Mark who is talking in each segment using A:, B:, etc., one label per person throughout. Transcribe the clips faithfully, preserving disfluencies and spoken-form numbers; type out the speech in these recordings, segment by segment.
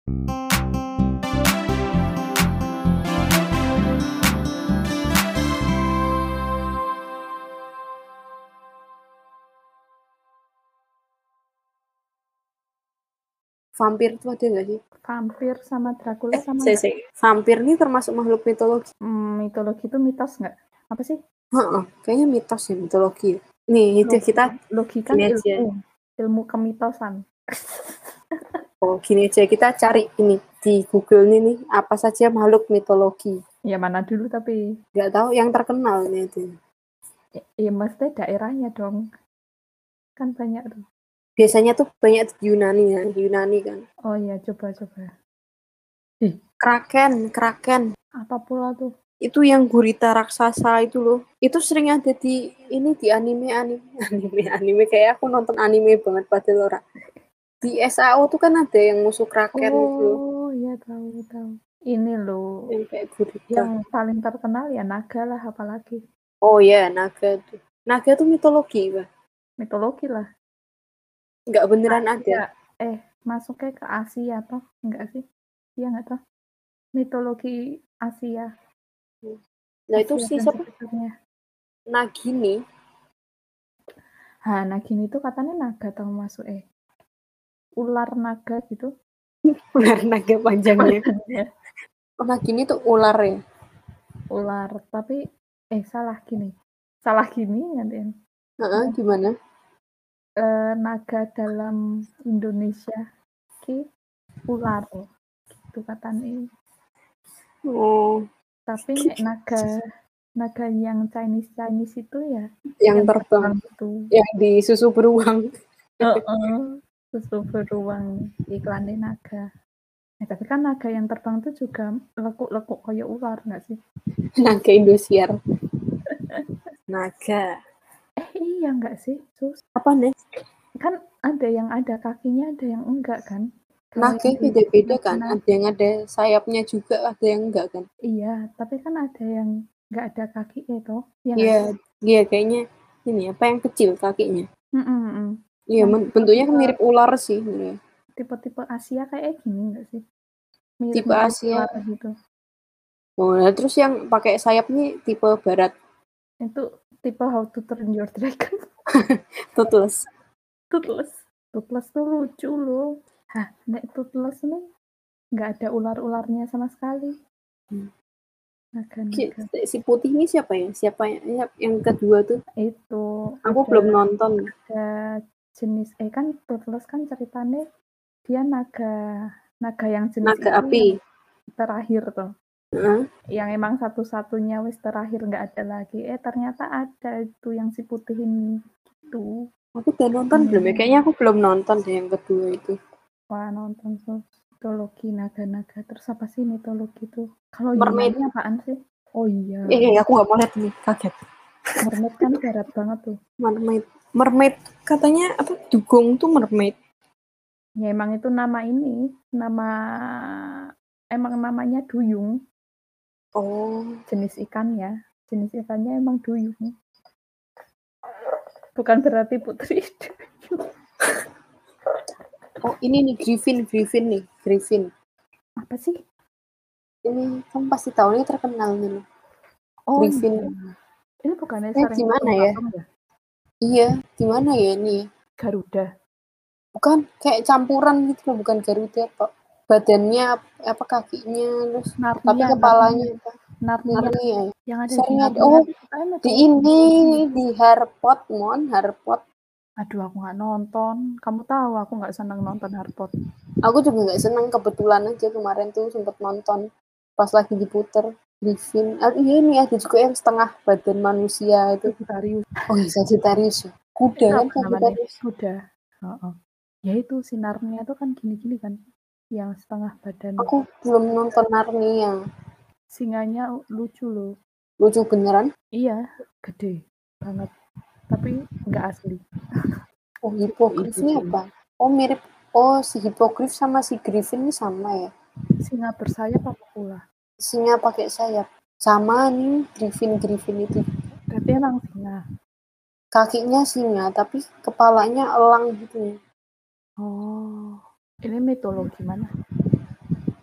A: Vampir itu ada nggak sih?
B: Vampir sama Dracula
A: Eh,
B: sama
A: saya,
B: nggak?
A: saya. Vampir ini termasuk makhluk mitologi.
B: Hmm, mitologi itu mitos nggak? Apa sih?
A: Heeh, kayaknya mitos ya mitologi. Nih, itu
B: Logi,
A: kita
B: logi kan
A: gini aja.
B: ilmu, ilmu kemitosan.
A: Oh, gini aja kita cari ini di Google ini nih apa saja makhluk mitologi.
B: Ya mana dulu tapi
A: Nggak tahu yang terkenal nih itu.
B: ya, ya mesti daerahnya dong. Kan banyak tuh.
A: Biasanya tuh banyak di Yunani ya, di Yunani kan.
B: Oh iya, coba-coba. Ih,
A: Kraken, Kraken.
B: apa pula tuh?
A: Itu yang gurita raksasa itu loh. Itu sering ada di ini di anime anime anime anime kayak aku nonton anime banget padahal ora. Di S A O tuh kan ada yang musuh Kraken gitu loh.
B: Oh iya tahu tahu. Ini loh
A: Yang kayak gurita.
B: yang paling terkenal ya naga lah apalagi.
A: Oh ya, naga tuh. Naga tuh mitologi, Pak.
B: Mitologi lah.
A: Nggak beneran ada.
B: Asia. Eh, masuknya ke Asia toh? Enggak sih? Iya nggak toh? Mitologi Asia.
A: Nah itu
B: Asia
A: sih
B: dan
A: siapa?
B: sekitarnya.
A: Nagini.
B: Ha, Nagini itu katanya naga tau masuk eh. Ular naga gitu.
A: Ular naga panjangnya.
B: Badannya.
A: Oh, Nagini tuh ular ya.
B: Ular, tapi eh salah gini. Salah gini ngantin.
A: Heeh, gimana?
B: Eh, naga dalam Indonesia ki ular gitu katanya.
A: Oh,
B: Tapi nek naga naga yang Chinese Chinese itu ya
A: yang terbang.
B: itu.
A: Yang di susu beruang.
B: Heeh. Susu beruang iklannya naga. Eh, tapi kan naga yang terbang itu juga lekuk-lekuk kayak ular nggak sih?
A: Naga Indosiar. Naga.
B: Eh iya nggak sih, Sus?
A: Apa nih?
B: Kan ada yang ada kakinya, ada yang enggak kan? Kalau
A: Naga
B: yang di
A: beda-beda kan.
B: naga-
A: Ada yang ada sayapnya juga, ada yang enggak kan.
B: Iya, tapi kan ada yang nggak ada kaki itu. Iya nggak
A: Iya,
B: sih?
A: dia kayaknya ini apa yang kecil kakinya.
B: Mm-mm-mm.
A: Iya,
B: Yang
A: men- bentuknya
B: tipe-tipe
A: mirip ular sih. Bener.
B: tipe-tipe Asia kayak gini nggak sih?
A: Tipe
B: Mirip-mirip
A: Asia.
B: ular gitu.
A: Oh, nah, terus yang pakai sayap nih tipe barat.
B: Itu tipe How to Train Your Dragon.
A: Toothless.
B: Toothless. Toothless tuh lucu loh. Hah, nek Toothless nih nggak ada ular-ularnya sama sekali.
A: Hmm.
B: Naga-naga.
A: Si putih ini siapa ya? Siapa yang, yang kedua tuh?
B: Itu
A: Aku
B: ada,
A: belum nonton.
B: ada jenis eh kan Toothless kan ceritanya dia naga naga yang jenis
A: Naga
B: itu
A: api.
B: yang terakhir tuh.
A: Uh-huh.
B: Yang emang satu-satunya wis terakhir nggak ada lagi. Eh ternyata ada itu yang si putih ini gitu.
A: Aku udah nonton hmm. belum ya? Kayaknya aku belum nonton deh yang kedua itu.
B: Wah nonton tuh mitologi naga-naga. Terus apa sih mitologi itu? Kalau
A: Mermaid.
B: Yunani apaan sih? Oh iya.
A: Eh, eh aku nggak mau lihat nih, kaget.
B: Mermaid kan darat banget tuh.
A: Mermaid. Mermaid katanya apa? Dugong tuh mermaid.
B: Ya emang itu nama ini, nama emang namanya duyung.
A: Oh.
B: Jenis ikannya, jenis ikannya emang duyung. Bukan berarti putri duyung.
A: Oh ini nih Griffin, Griffin nih, Griffin.
B: Apa sih?
A: Ini kamu pasti tahu nih terkenal nih.
B: Oh,
A: Griffin.
B: iya. Ini bukannya
A: eh,
B: sering
A: gimana ya?
B: ya?
A: Iya, gimana ya ini?
B: Garuda.
A: Bukan, kayak campuran gitu loh, bukan Garuda kok. Badannya apa kakinya terus
B: Narnia,
A: tapi kepalanya
B: Narnia.
A: apa?
B: Narnia.
A: Narnia.
B: Yang ada
A: Sering
B: di
A: ada.
B: Narnia
A: Oh, di ini di Harpot, mon, Harpot.
B: Aduh, aku nggak nonton. Kamu tahu aku nggak senang nonton Harpot.
A: Aku juga nggak senang, kebetulan aja kemarin tuh sempet nonton pas lagi diputer Griffin. Ah, iya ini ada juga yang setengah badan manusia itu.
B: Sagittarius.
A: Oh iya, Sagittarius ya. Kuda kan Sagittarius.
B: Kuda. Oh, oh. Ya itu si Narnia tuh kan gini-gini kan. Yang setengah badan.
A: Aku belum nonton Narnia.
B: Singanya lucu loh.
A: Lucu beneran?
B: Iya, gede banget. Tapi nggak asli.
A: Oh, hipogrifnya apa? Oh, mirip. Oh, si hipogrif sama si Griffin ini sama ya?
B: Singa bersayap apa pula?
A: Singa pakai sayap. Sama nih Griffin Griffin itu.
B: Berarti emang singa.
A: Kakinya singa, tapi kepalanya elang gitu.
B: Oh, ini mitologi mana?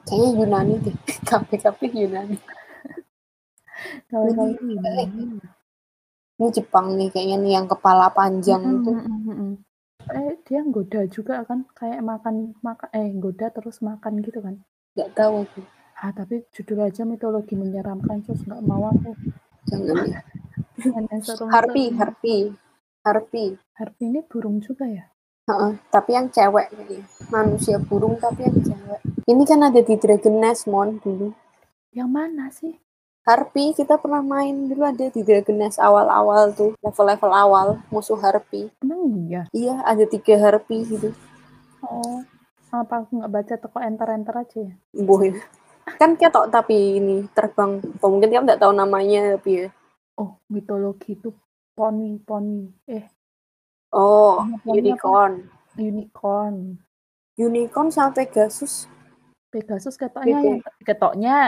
A: Kayaknya Yunani deh. Kabeh-kabeh Yunani.
B: Gawe-gawe
A: Ini, eh,
B: Yunani.
A: ini Jepang nih kayaknya nih yang kepala panjang
B: Mm-mm,
A: itu.
B: mm-mm, mm-mm. Eh dia nggoda juga kan kayak makan makan eh nggoda terus makan gitu kan.
A: Nggak tahu aku.
B: Ah tapi judul aja mitologi menyeramkan terus nggak mau aku.
A: Jangan nih.
B: Yang yang
A: Harpy,
B: serem-serem.
A: harpy, harpy.
B: Harpy ini burung juga ya?
A: Heeh, tapi yang cewek kayaknya. Manusia burung tapi yang cewek. Ini kan ada di Dragon Nest Mon dulu.
B: Yang mana sih?
A: Harpy kita pernah main dulu ada di Dragon Nest awal-awal tuh, level-level awal musuh Harpy.
B: Emang iya?
A: Iya, ada tiga Harpy gitu.
B: Oh, apa aku nggak baca toko enter-enter aja ya?
A: Boy. Kan ketok tapi ini terbang. Oh, mungkin kamu nggak tahu namanya tapi ya.
B: Oh, mitologi itu poni, poni. Eh,
A: Oh,
B: nama poni apa?
A: unicorn.
B: Unicorn.
A: Unicorn sama Pegasus.
B: Pegasus ketoknya
A: Beda.
B: yang ketoknya.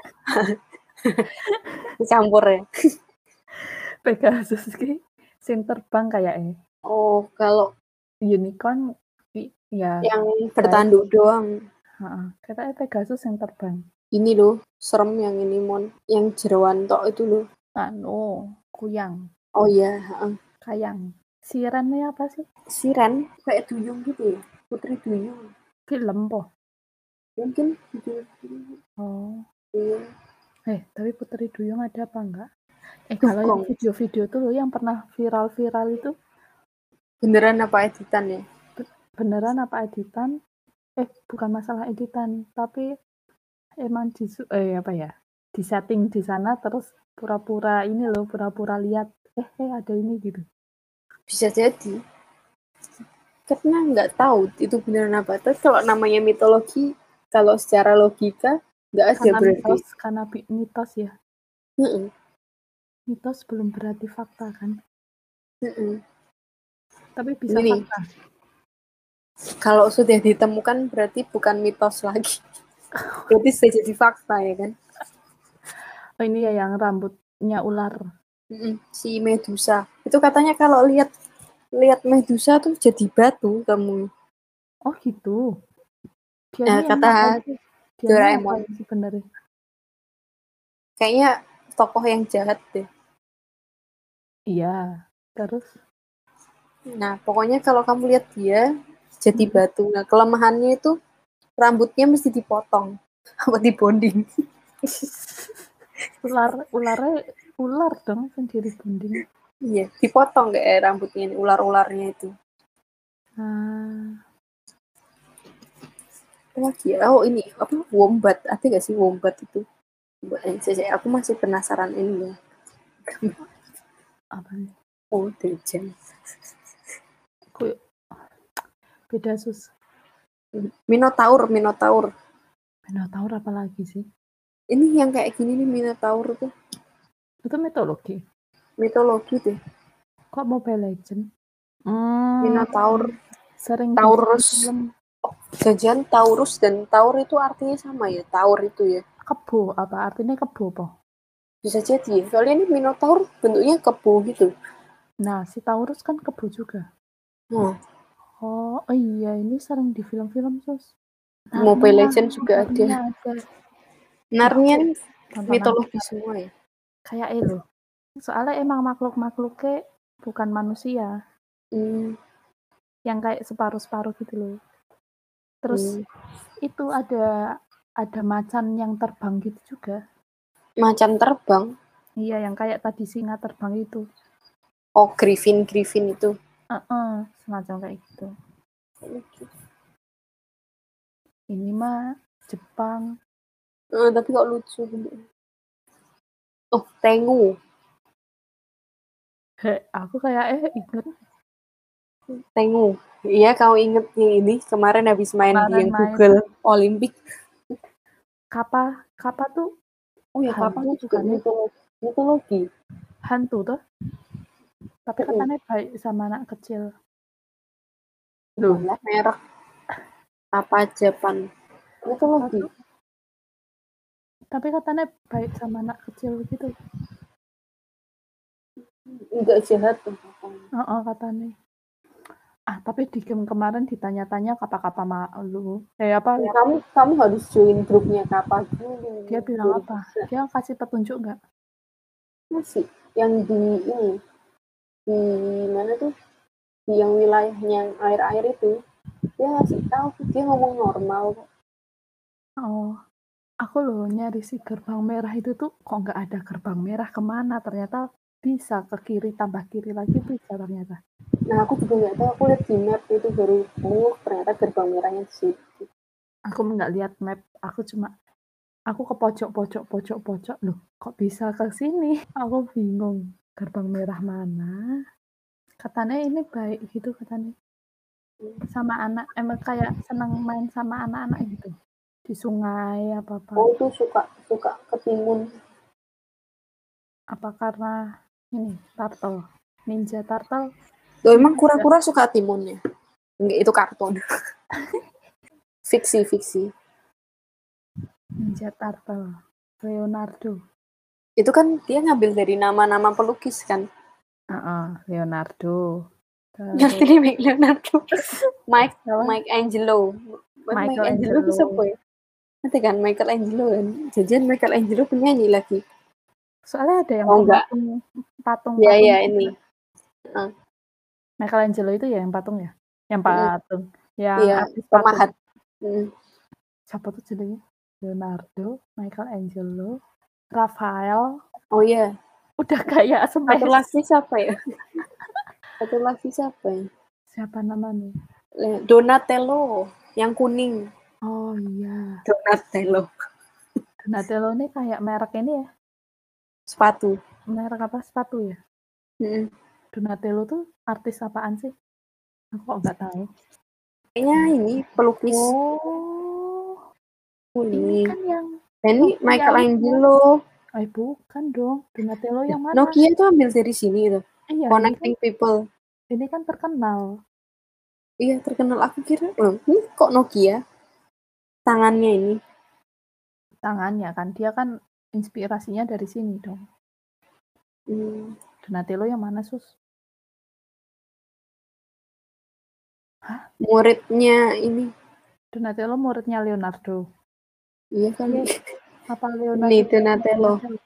A: Dicampur ya.
B: Pegasus ki sing terbang kayaknya.
A: Oh, kalau
B: Unicorn i- ya
A: yang
B: baik.
A: bertanduk doang.
B: Heeh. Katanya Pegasus yang terbang.
A: Ini loh, serem yang ini Mon. Yang jeroan tok itu loh.
B: Anu, kuyang,
A: Oh iya, heeh.
B: kayang. Sirennya apa sih?
A: Siren kayak duyung gitu ya. Putri Duyung.
B: Film po.
A: Mungkin gitu.
B: Oh.
A: Iya.
B: Eh, tapi Putri Duyung ada apa enggak? Eh, kalau yang
A: Dukung.
B: video-video tuh loh yang pernah viral-viral itu
A: Beneran apa editan ya?
B: beneran apa editan? Eh, bukan masalah editan, tapi emang di eh apa ya? Di setting di sana terus pura-pura ini loh, pura-pura lihat. Eh, eh ada ini gitu.
A: Bisa jadi. Karena nggak tahu itu beneran apa. Tapi kalau namanya mitologi, kalau secara logika nggak ada
B: Karena
A: berarti.
B: mitos, karena mitos ya.
A: Mm-mm.
B: Mitos belum berarti fakta kan?
A: Mm-mm.
B: Tapi bisa
A: Ini
B: fakta.
A: kalau sudah ditemukan berarti bukan mitos lagi. Berarti sudah jadi fakta ya kan?
B: Oh, ini ya yang rambutnya ular.
A: Mm-mm. Si Medusa. Itu katanya kalau lihat lihat Medusa tuh jadi batu kamu.
B: Oh gitu. Dia
A: Nah,
B: ini yang
A: kata
B: ngapain sih? Dia ini
A: Doraemon.
B: ngapain sebenarnya?
A: Kayaknya tokoh yang jahat deh.
B: Iya. Terus?
A: Nah, pokoknya kalau kamu lihat dia jadi
B: Hmm.
A: batu. Nah, kelemahannya itu rambutnya mesti dipotong apa dibonding.
B: Ular, ularnya ular dong sendiri bonding.
A: Iya, dipotong kayak rambutnya ini, ular-ularnya itu.
B: Ah,
A: Apa lagi ya? Oh, ini apa? Wombat. Ada nggak sih wombat itu? Eh, saya, aku masih penasaran ini ya.
B: apa nih?
A: Oh, Dejan.
B: Ku, beda sus.
A: Minotaur, Minotaur.
B: Minotaur apa lagi sih?
A: Ini yang kayak gini nih Minotaur tuh.
B: Itu mitologi.
A: Mitologi deh.
B: Kok Mobile Legend? Hmm,
A: Minotaur,
B: sering di
A: Taurus.
B: film.
A: Jajan Taurus dan Taur itu artinya sama ya, Taur itu ya.
B: Kebo apa artinya kebo po?
A: Bisa jadi. Soalnya ini Minotaur bentuknya kebo gitu.
B: Nah, si Taurus kan kebo juga.
A: Nah,
B: Oh, oh iya ini sering di film-film sus.
A: Mobile
B: Narnia,
A: Legends juga ada.
B: Narnia ada.
A: Narnia
B: Wah, tontonan
A: mitologi semua ya.
B: kayak elo. Soalnya emang makhluk-makhluknya bukan manusia.
A: Hmm.
B: Yang kayak separuh-separuh gitu loh. Terus
A: Hmm.
B: itu ada ada macan yang terbang gitu juga.
A: Macan terbang.
B: Iya, yang kayak tadi singa terbang itu.
A: Oh, Griffin, Griffin itu.
B: Uh-uh, semacam kayak gitu. Ini mah Jepang.
A: Uh, tapi kok lucu bentuknya. Oh, Tengu.
B: He, aku kayak eh inget
A: Tengu. Iya, kamu inget yang ini kemarin habis main
B: kemarin
A: di yang
B: main
A: Google Olympic.
B: Kappa, Kappa tuh
A: Oh ya, kapan
B: hantu
A: itu juga
B: bukan ya?
A: mitologi. Mitologi.
B: Hantu tuh. Tapi
A: Uh-uh.
B: katanya baik sama anak kecil.
A: Loh, merek apa Japan? Mitologi.
B: Tuh, tapi katanya baik sama anak kecil gitu.
A: Enggak jahat tuh.
B: Oh, oh katanya. Ah, tapi di game kemarin ditanya-tanya kapa-kapa malu. Eh apa?
A: Ya, kamu kamu harus join grupnya Kappa dulu.
B: Dia bilang
A: Baru
B: apa?
A: bisa.
B: Dia kasih petunjuk nggak?
A: Masih yang di ini di mana tuh? Di yang wilayahnya air-air itu. Dia ngasih tahu, dia ngomong normal kok.
B: Oh, aku loh nyari si gerbang merah itu tuh kok nggak ada gerbang merah kemana? Ternyata bisa ke kiri tambah kiri lagi bisa ternyata.
A: Nah, aku juga nggak tahu. Aku lihat di map itu baru, oh ternyata gerbang merahnya di situ.
B: Aku nggak lihat map. Aku cuma aku ke pojok pojok pojok pojok loh. Kok bisa ke sini? Aku bingung. Gerbang merah mana? Katanya ini baik gitu katanya. Sama anak emang kayak seneng main sama anak-anak gitu. Di sungai apa-apa.
A: Oh itu suka suka ketimun.
B: Apa karena ini turtle, ninja turtle
A: Loh, emang
B: juga
A: kura-kura suka timunnya? Enggak, itu kartun. Fiksi, fiksi.
B: ninja turtle, Leonardo.
A: Itu kan dia ngambil dari nama-nama pelukis kan.
B: Heeh, Leonardo.
A: Ngerti
B: Terus
A: nih Mike Leonardo. Mike
B: apa?
A: Mike Angelo. Mike Angelo itu
B: Michelangelo.
A: siapa ya? Nanti kan Michael Angelo kan. Jajan Michael Angelo penyanyi lagi.
B: Soalnya ada yang
A: Oh enggak.
B: pematung
A: Ya
B: patung-patung
A: ya
B: juga.
A: ini. Uh,
B: Michelangelo itu ya yang patung ya? Yang
A: mm,
B: patung, yang
A: iya,
B: artis patung.
A: pemahat. Mm.
B: Siapa tuh jadinya? Leonardo, Michelangelo, Rafael.
A: Oh iya.
B: Udah kayak
A: Satu
B: smash.
A: lagi siapa ya? Satu lagi siapa ya?
B: Siapa namanya?
A: Donatello yang kuning.
B: Oh iya.
A: Donatello.
B: Donatello ini kayak merek ini ya?
A: Sepatu.
B: Merek apa sepatu ya?
A: Mm.
B: Donatello tuh artis apaan sih? Aku kok nggak tahu.
A: Kayaknya ini pelukis.
B: Oh, ini
A: Ini.
B: kan yang
A: Ini
B: Nokia itu.
A: Michelangelo.
B: Eh bukan dong, Donatello yang mana?
A: Nokia itu ambil dari sini tuh.
B: Iya, ini kan
A: Connecting people.
B: ini kan terkenal
A: Iya terkenal, aku kira. Oh, ini kok Nokia? Tangannya ini.
B: tangannya kan. Dia kan inspirasinya dari sini dong.
A: Hmm.
B: Donatello yang mana, Sus? Hah?
A: Muridnya ini.
B: Donatello muridnya Leonardo.
A: Iya kan.
B: Iya, apa
A: Ini
B: Leonardo muridnya
A: Donatello.
B: Donatello?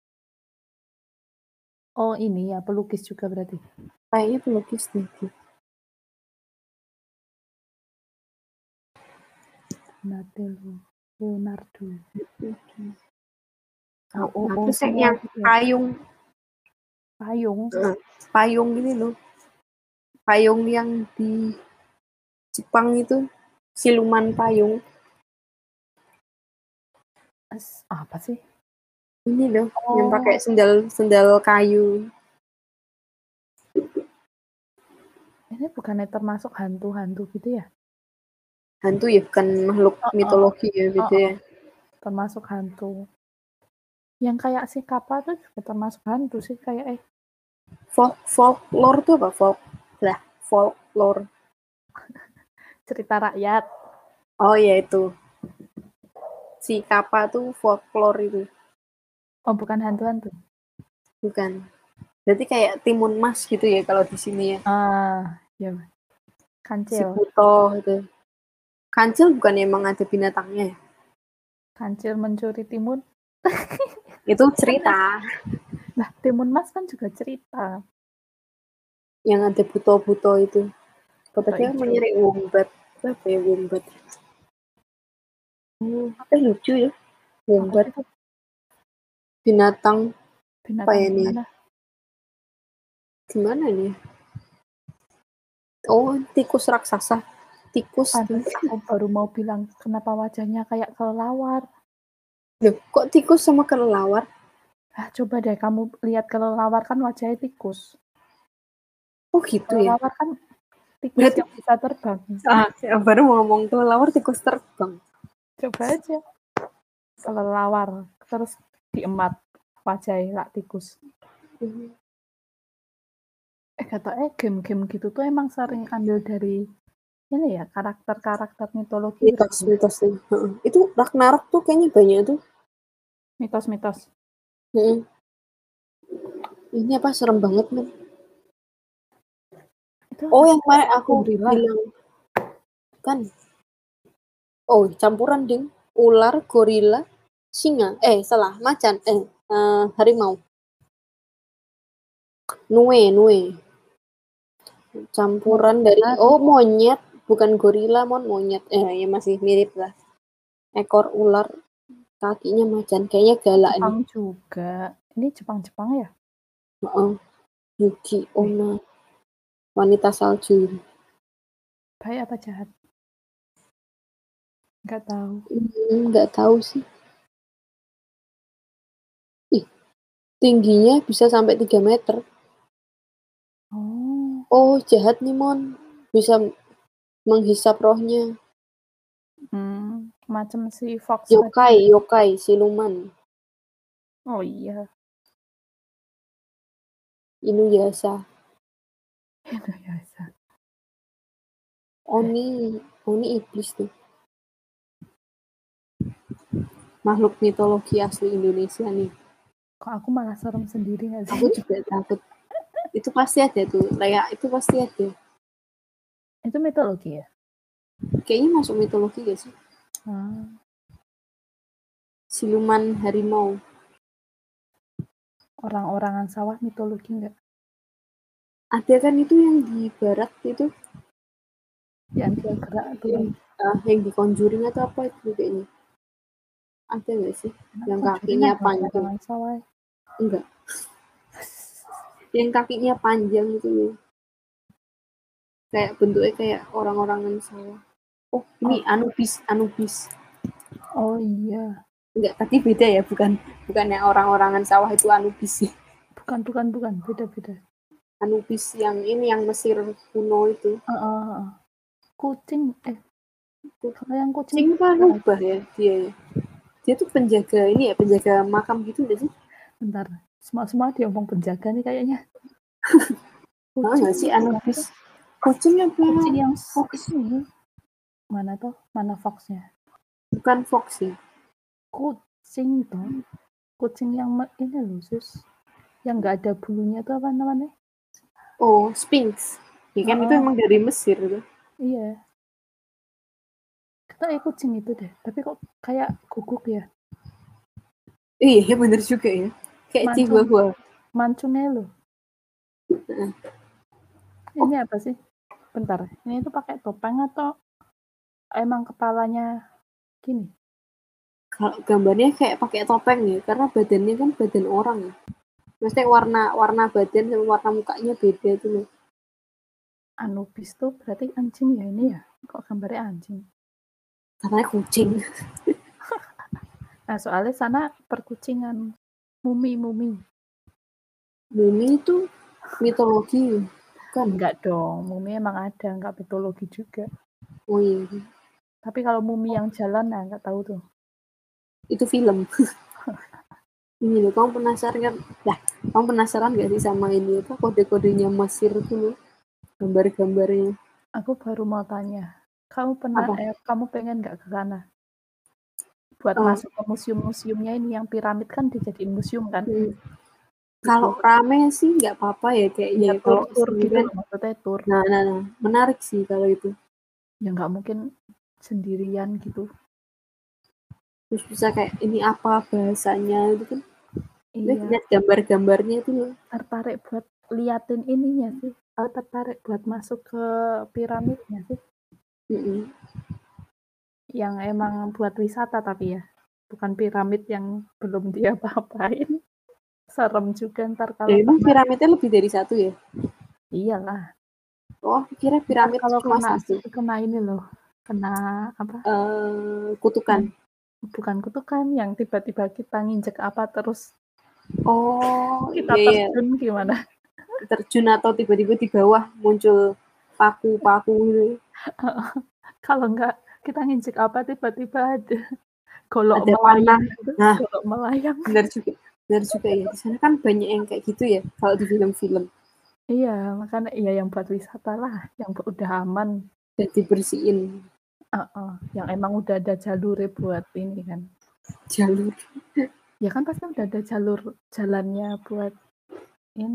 B: Oh, ini ya pelukis juga berarti.
A: Kayaknya pelukis deh.
B: Donatello, Leonardo.
A: Oh, oh, oh.
B: Artis
A: Terus yang,
B: semua
A: yang
B: gitu ya.
A: payung.
B: Payung.
A: Uh, payung ini loh. Payung yang di Jepang itu. Siluman payung.
B: As, apa sih?
A: Ini loh.
B: Oh.
A: Yang pakai sendal sendal kayu.
B: Ini bukannya termasuk hantu-hantu gitu ya?
A: Hantu ya, bukan makhluk
B: Oh,
A: mitologi
B: oh.
A: ya,
B: Oh,
A: gitu
B: oh.
A: ya.
B: Termasuk hantu. Yang kayak si Kappa tuh juga termasuk hantu sih kayak eh.
A: Folk folklore tuh apa? Folk lah, folklore.
B: Cerita rakyat.
A: Oh ya itu. Si Kappa tuh folklore itu.
B: Oh, bukan hantu-hantu.
A: Bukan. Berarti kayak timun mas gitu ya kalau di sini ya.
B: Ah, ya.
A: Si
B: Kancil.
A: Buto itu. Kancil bukan emang ada binatangnya ya?
B: Kancil mencuri timun.
A: Itu cerita.
B: Nah, timun mas kan juga cerita.
A: Yang ada buto-buto itu.
B: Buto
A: Katanya
B: ijo.
A: menyeri wombat. Apa ya wombat? Hmm, eh lucu ya. Wombat.
B: Apa itu?
A: Binatang.
B: Binatang
A: Apa ya ini?
B: gimana?
A: Gimana nih? Oh, tikus raksasa. Tikus.
B: Pantes aku baru mau bilang kenapa wajahnya kayak kelelawar.
A: Loh, kok tikus sama kelelawar?
B: Ah, coba deh kamu lihat kelelawar kan wajahnya tikus.
A: Oh gitu ya?
B: Kelelawar kan tikus
A: Berarti
B: yang bisa terbang.
A: ah, saya baru mau ngomong kelelawar tikus terbang.
B: Coba aja. Kelelawar. Terus diemat wajahnya lah tikus.
A: Hmm.
B: Eh kata eh game-game gitu tuh emang sering ambil dari ini ya karakter-karakter mitologi
A: Mitos,
B: berarti.
A: mitos tuh. Itu Ragnarok tuh kayaknya banyak tuh.
B: Mitos-mitos.
A: Hmm. Ini apa serem banget men?
B: Itu Itu
A: Oh, yang kemarin aku
B: gorila.
A: bilang kan. Oh, campuran ding. Ular, gorila, singa. Eh, salah, macan. Eh, uh, harimau. Nue, nue. Campuran
B: Oh,
A: dari
B: tadi.
A: oh monyet, bukan gorila, mon monyet. Eh, ya masih mirip lah. Ekor ular, kakinya macan. Kayaknya galak
B: Jepang
A: nih.
B: juga. Ini Jepang-Jepang ya?
A: Heeh. Yuki
B: Eh,
A: Onna, wanita salju.
B: baik apa jahat? Nggak tahu.
A: Hmm, nggak tahu sih. Ih, tingginya bisa sampai tiga meter.
B: Oh,
A: Oh, jahat nih, Mon. Bisa menghisap rohnya.
B: hmm, macam si Fox tadi.
A: Yokai, yokai, siluman.
B: Oh iya,
A: Inuyasha.
B: itu biasa.
A: Oni, Oni iblis tuh. Makhluk mitologi asli Indonesia nih.
B: Kok aku malah serem sendiri nggak sih?
A: Aku juga takut. Itu pasti ada tuh. Kayak itu pasti ada.
B: Itu mitologi ya?
A: Kayaknya masuk mitologi gak sih?
B: Hmm.
A: Siluman harimau.
B: Orang-orangan sawah mitologi nggak?
A: Ada kan itu yang di barat itu.
B: Yang dia gerak tuh
A: Yang,
B: kan?
A: uh, yang di Conjuring atau apa itu kayaknya. Ada gak sih?
B: Emang
A: Yang
B: Conjuring
A: kakinya
B: ada
A: panjang.
B: orangan sawah?
A: Enggak. Yang kakinya panjang itu loh. Kayak bentuknya kayak orang-orangan sawah. Oh, ini
B: Oh,
A: Anubis, Anubis.
B: oh iya.
A: Enggak, tapi beda ya, bukan bukan yang orang-orangan sawah itu Anubis sih.
B: Bukan, bukan, bukan. Beda-beda.
A: Anubis yang ini yang Mesir kuno itu.
B: Uh, uh, uh. Kucing, eh, kalau yang kucing
A: Kucing
B: tuh
A: kan
B: apa?
A: rubah ya dia. Dia tuh penjaga ini ya, penjaga makam gitu gak sih?
B: Bentar, semua-semua diomong penjaga nih kayaknya.
A: Oh,
B: Kucing
A: nggak sih
B: itu kan
A: Anubis?
B: tuh.
A: Kucing apa?
B: Kucing yang
A: Fox.
B: ini. Mana tuh? Mana foxnya?
A: Bukan Fox ya.
B: Kucing tuh. Kucing yang ini loh, sus. Yang nggak ada bulunya tuh apa namanya?
A: Oh, Sphinx. Ya kan
B: Uh,
A: itu
B: uh,
A: emang dari Mesir tuh.
B: iya. Kita eh, kucing itu deh. Tapi kok kayak guguk ya?
A: Iya, ya bener juga ya. Kayak
B: Mancung.
A: Chihuahua.
B: Mancungnya loh.
A: Uh.
B: Ini apa sih? Bentar. Ini tuh pakai topeng atau emang kepalanya gini?
A: Kalau gambarnya kayak pakai topeng ya, karena badannya kan badan orang ya. Maksudnya warna warna badan sama warna mukanya beda tuh loh.
B: Anubis tuh berarti anjing ya ini ya? Kok gambarnya anjing?
A: Katanya kucing.
B: Nah soalnya sana perkucingan. Mumi-mumi.
A: Mumi itu mitologi kan?
B: Enggak dong, mumi emang ada, enggak mitologi juga.
A: Oh iya.
B: Tapi kalau mumi yang jalan, nah enggak tahu tuh.
A: Itu film. Ini loh, kamu penasaran kan? Lah, kamu penasaran gak sih sama ini apa kode-kodenya Mesir tuh loh? Gambar-gambarnya.
B: Aku baru mau tanya, kamu pernah,
A: Apa?
B: eh, kamu pengen nggak ke sana? Buat
A: Oh,
B: masuk ke museum-museumnya ini yang piramid kan dijadiin museum kan?
A: hmm.
B: Itu.
A: Kalau rame sih nggak apa-apa ya kayaknya.
B: Iya,
A: Kalau
B: tur-tur gitu
A: sendirian,
B: loh, maksudnya tur.
A: nah, nah, nah, menarik sih kalau itu.
B: Ya nggak mungkin sendirian gitu.
A: Terus bisa kayak ini apa bahasanya itu kan?
B: Iya,
A: Lihat gambar-gambarnya itu loh.
B: tertarik buat liatin ininya sih. Aku tertarik buat masuk ke piramidnya sih.
A: Mm-mm.
B: Yang emang buat wisata tapi ya. Bukan piramid yang belum dia apa-apain. Serem juga ntar
A: Ya,
B: kalau
A: emang
B: kena.
A: piramidnya lebih dari satu ya?
B: Iyalah.
A: Oh, kira
B: Ntar
A: piramid
B: kalau
A: cuma
B: kena
A: satu.
B: kena ini loh. Kena apa?
A: Uh, kutukan.
B: Yang, bukan kutukan. Yang tiba-tiba kita nginjek apa terus
A: Oh,
B: kita
A: iya, iya.
B: terjun gimana?
A: Terjun atau tiba-tiba di bawah muncul paku-paku gitu.
B: Kalau enggak kita nginjek apa tiba-tiba ada golok
A: Ada
B: melayang
A: panah.
B: gitu.
A: Nah,
B: Golok melayang.
A: benar juga. Benar juga ya. Di sana kan banyak yang kayak gitu ya kalau di film-film.
B: Iya, makanya iya yang buat wisata lah, yang udah aman.
A: Dan dibersihin
B: Uh-uh. Yang emang udah ada jalur buat ini kan.
A: jalur.
B: Ya kan pasti udah ada jalur jalannya buat ini.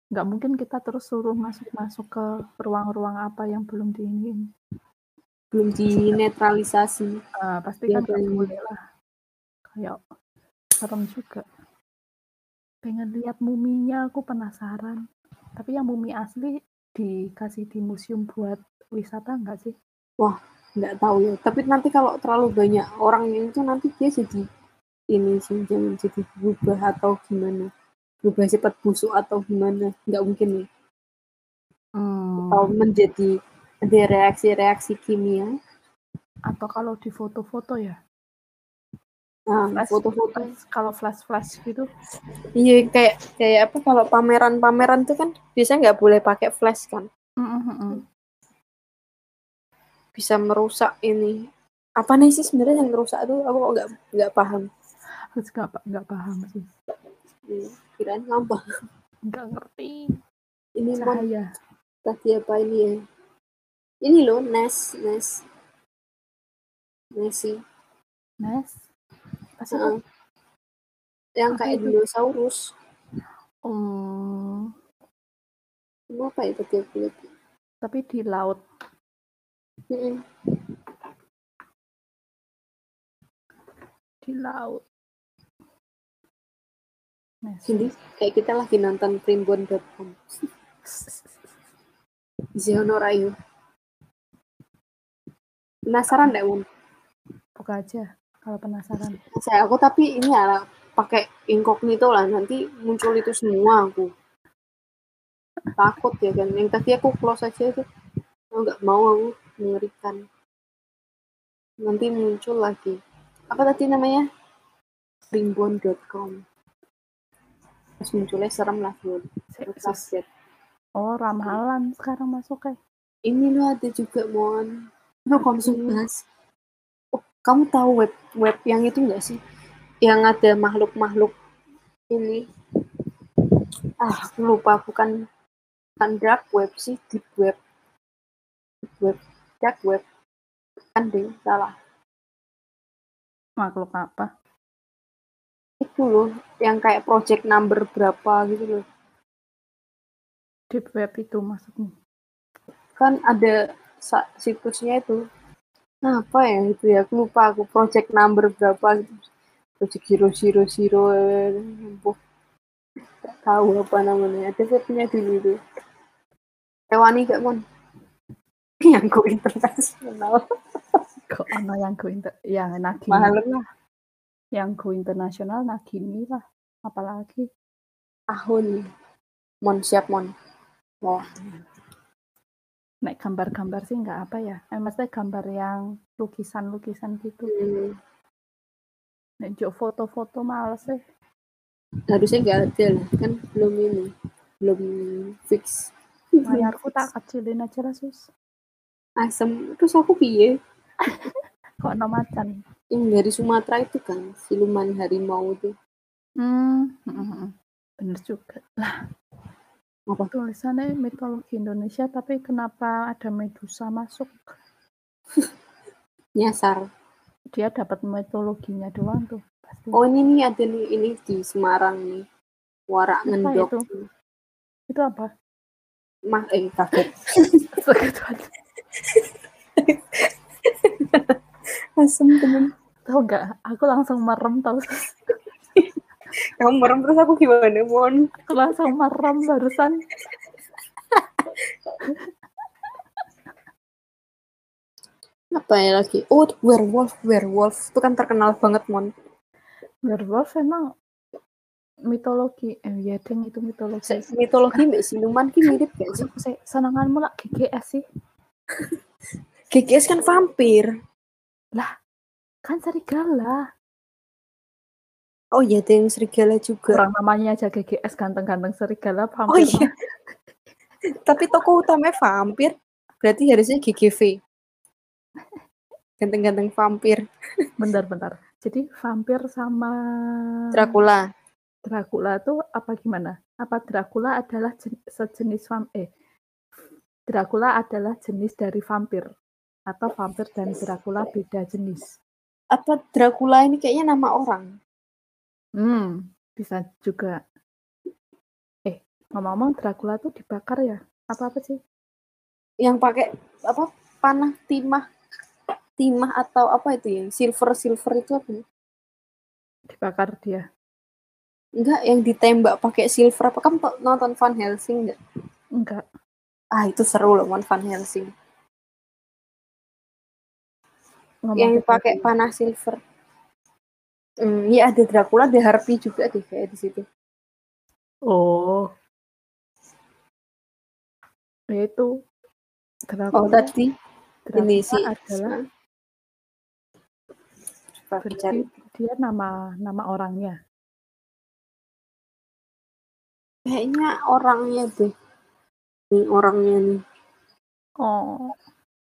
B: Nggak mungkin kita terus suruh masuk-masuk ke ruang-ruang apa yang belum diingin.
A: Belum dinetralisasi.
B: Uh, pasti
A: Ya,
B: kan nggak
A: kan.
B: boleh lah. Kayak serem juga. Pengen lihat muminya, aku penasaran. Tapi yang mumi asli dikasih di museum buat wisata nggak sih?
A: Wah, nggak tahu ya. Tapi nanti kalau terlalu banyak orang yang itu nanti dia jadi ini sih, jangan jadi berubah atau gimana. Berubah cepat busuk atau gimana. Nggak mungkin ya.
B: Hmm.
A: Atau menjadi ada reaksi-reaksi kimia.
B: Atau kalau di foto-foto ya.
A: Nah,
B: Flash,
A: foto-foto.
B: flash, kalau flash-flash gitu.
A: Iya, kayak kayak apa kalau pameran-pameran tuh kan biasanya nggak boleh pakai flash kan.
B: Mm-mm.
A: Bisa merusak ini. Apa nih sih sebenarnya yang merusak tuh? Aku kok nggak nggak paham.
B: Aku juga nggak paham sih.
A: Hmm, kirain gampang.
B: Nggak ngerti.
A: Ini
B: Cahaya.
A: tadi apa ini ya? Ini loh, Nes, Nes. Nessie.
B: Nes? Pasti
A: Uh, yang
B: apa
A: kayak
B: itu?
A: dinosaurus.
B: Hmm.
A: Ini apa ya tadi aku lihat?
B: Tapi di laut.
A: Hmm.
B: Di laut.
A: Jadi kayak kita lagi nonton primbon dot com. Ziono Rayu. Penasaran nggak, Mun?
B: Buka aja kalau penasaran.
A: Saya aku tapi ini ya pakai incognito lah, nanti muncul itu semua aku. Takut ya kan. Yang tadi aku close aja itu. Aku nggak mau, aku mengerikan. Nanti muncul lagi. Apa tadi namanya? primbon dot com. Terus munculnya serem lah, Bun. Kaget.
B: Oh, ramalan sekarang masuknya.
A: Ini loh ada juga, Mon. Lo konsumas. Oh, kamu tahu web web yang itu nggak sih? Yang ada makhluk-makhluk ini. Ah, aku lupa. Bukan, bukan dark web sih. Deep web. Deep web. Dark web. Kan deh, salah.
B: Makhluk apa?
A: Itu loh. Yang kayak project number berapa gitu loh.
B: Deep web itu maksudnya?
A: Kan ada situsnya itu. Nah, apa ya itu ya? Aku lupa aku. Project number berapa gitu. Project zero zero zero. Gak tahu apa namanya. Ada webnya dulu itu. Tewani gak, Mon? Yang go internasional.
B: Kok ono yang go inter yang Nagini
A: Mahal
B: lah. Yang go internasional Nagini lah. Apalagi
A: tahun. Mon siap, Mon. Wah.
B: Nek gambar-gambar sih nggak apa ya. Eh, maksudnya gambar yang lukisan-lukisan gitu.
A: Hmm.
B: Nek jo foto-foto males sih.
A: Harusnya nggak ada lah. Kan belum ini. Belum fix.
B: Layarku tak kecilin aja lah, Sus.
A: Asem. Terus aku piye?
B: Kok no macan?
A: Yang dari Sumatera itu kan. Siluman harimau itu.
B: Hmm. Bener juga. Lah.
A: Apa?
B: Tulisannya mitologi Indonesia, tapi kenapa ada Medusa masuk?
A: Nyasar.
B: Dia dapat mitologinya doang tuh. Pasti.
A: Oh, ini nih ada nih. Ini di Semarang nih. Warak ngendok.
B: Itu? Itu apa?
A: Mah, eh, kaget. Asem, temen.
B: Tahu nggak? Aku langsung merem tau.
A: Kamu merem terus aku gimana, Mon?
B: Aku langsung merem barusan.
A: Apa ya lagi? Oh, werewolf, werewolf itu kan terkenal banget, Mon.
B: Werewolf emang mitologi, eh ya deng itu mitologi.
A: Mitologi mbak siluman ki mirip gak sih?
B: Senanganmu lah G G S sih.
A: G G S kan vampir.
B: Lah, kan serigala.
A: Oh iya, ada yang serigala juga.
B: Orang namanya aja G G S, ganteng-ganteng serigala vampir.
A: Oh iya. Tapi tokoh utamanya vampir, berarti harusnya G G V. Ganteng-ganteng vampir.
B: Bentar-bentar. Jadi vampir sama
A: Dracula.
B: Dracula tuh apa gimana? Apa Dracula adalah sejenis vampir? Eh, Dracula adalah jenis dari vampir atau vampir dan Dracula beda jenis?
A: Apa Dracula ini kayaknya nama orang?
B: Hmm, bisa juga. Eh, Ngomong-ngomong Dracula tuh dibakar ya? Apa-apa sih?
A: Yang pakai apa? Panah timah, timah atau apa itu ya? Silver silver itu apa?
B: Dibakar dia.
A: Enggak, yang ditembak pakai silver apa? Kamu nonton Van Helsing enggak?
B: Enggak.
A: Ah, itu seru loh, Van Helsing.
B: Ngomong
A: Yang
B: ke
A: pakai
B: Dracula.
A: panah silver. Hmm, ya ada Dracula, ada Harpy juga deh kayak di situ.
B: Oh. Yaitu Dracula.
A: Oh, tadi ini
B: Dracula
A: sih
B: adalah berarti dia nama nama orangnya.
A: Kayaknya orangnya deh. Nih orangnya nih.
B: Oh.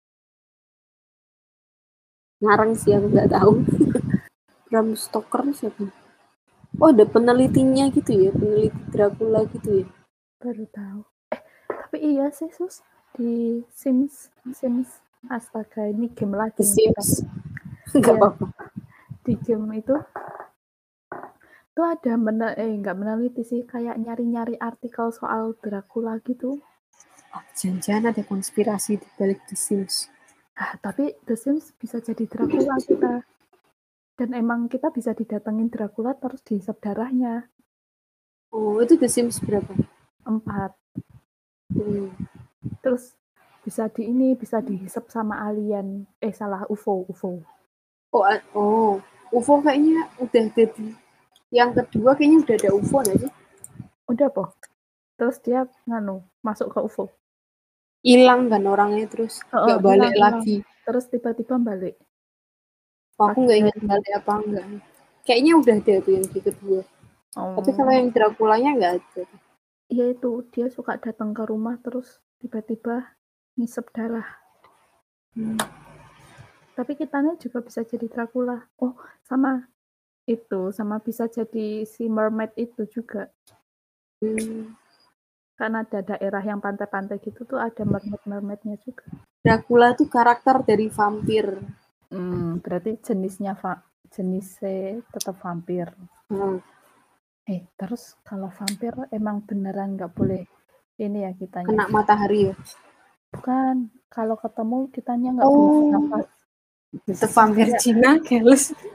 A: Ngarang sih aku nggak tahu. Bram Stoker siapa? Oh, ada penelitinya gitu ya, peneliti Dracula gitu ya.
B: Baru tahu. Eh, tapi iya sih Sus, di Sims Sims astaga ini game lagi
A: The
B: nih kita.
A: Sims. Nggak
B: Iya,
A: apa-apa.
B: di game itu tuh ada menel eh nggak meneliti sih, kayak nyari-nyari artikel soal Dracula gitu.
A: Ah, jangan-jangan ada konspirasi di balik The Sims.
B: Ah, tapi The Sims bisa jadi Dracula kita. Dan emang kita bisa didatengin Dracula terus dihisap darahnya.
A: Oh, itu The Sims berapa?
B: Empat.
A: Hmm.
B: Terus bisa di ini, bisa dihisap sama alien. Eh, salah, U F O, U F O.
A: Oh, oh, U F O kayaknya udah jadi. Yang kedua kayaknya udah ada U F O nggak sih?
B: Udah, po. Terus dia nganu, masuk ke U F O.
A: Hilang kan orangnya terus nggak
B: Oh,
A: balik
B: hilang,
A: lagi.
B: hilang. Terus tiba-tiba balik.
A: Oh, aku nggak ingat balik apa enggak. Kayaknya udah ada tuh yang di kedua.
B: Oh.
A: Tapi kalau yang Dracula-nya nggak ada.
B: Iya itu, dia suka datang ke rumah terus tiba-tiba ngisep darah.
A: Hmm.
B: Tapi kitanya juga bisa jadi Dracula. Oh, sama itu, sama bisa jadi si mermaid itu juga.
A: Hmm.
B: Karena ada daerah yang pantai-pantai gitu tuh ada mermaid-mermaidnya juga.
A: Dracula tuh karakter dari vampir.
B: Hmm, berarti jenisnya va- jenisnya tetap vampir.
A: Hmm.
B: Eh, terus kalau vampir emang beneran nggak boleh ini ya kitanya.
A: Kena matahari ya?
B: Bukan, kalau ketemu kitanya nggak
A: oh.
B: boleh nafas.
A: Itu vampir
B: Ya.
A: Cina, keles.